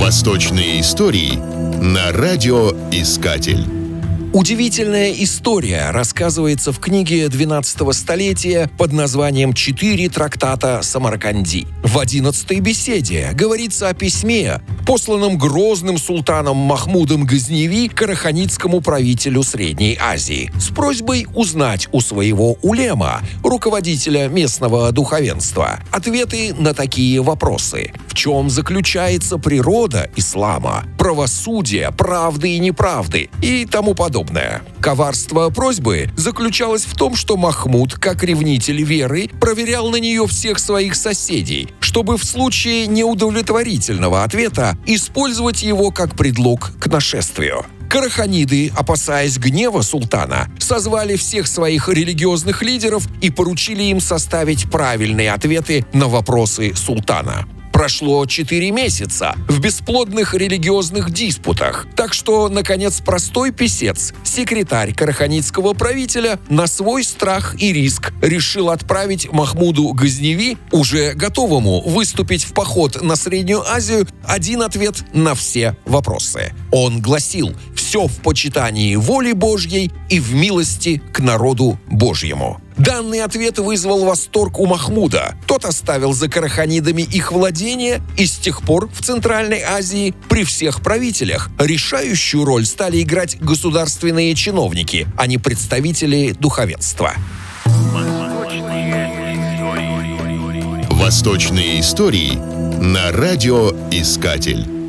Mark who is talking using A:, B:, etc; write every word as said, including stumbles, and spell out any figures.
A: Восточные истории на радиоискатель.
B: Удивительная история рассказывается в книге двенадцатого столетия под названием «Четыре трактата Самарканди». В одиннадцатой беседе говорится о письме, посланном грозным султаном Махмудом Газневи караханитскому правителю Средней Азии, с просьбой узнать у своего улема, руководителя местного духовенства, ответы на такие вопросы. В чем заключается природа ислама, правосудие, правды и неправды и тому подобное. Коварство просьбы заключалось в том, что Махмуд, как ревнитель веры, проверял на нее всех своих соседей, чтобы в случае неудовлетворительного ответа использовать его как предлог к нашествию. Караханиды, опасаясь гнева султана, созвали всех своих религиозных лидеров и поручили им составить правильные ответы на вопросы султана. Прошло четыре месяца в бесплодных религиозных диспутах, так что, наконец, простой писец, секретарь караханитского правителя, на свой страх и риск решил отправить Махмуду Газневи, уже готовому выступить в поход на Среднюю Азию, один ответ на все вопросы. Он гласил: «Все в почитании воли Божьей и в милости к народу Божьему». Данный ответ вызвал восторг у Махмуда. Тот оставил за караханидами их владения, и с тех пор в Центральной Азии при всех правителях решающую роль стали играть государственные чиновники, а не представители духовенства.
A: Восточные истории на радиоискатель.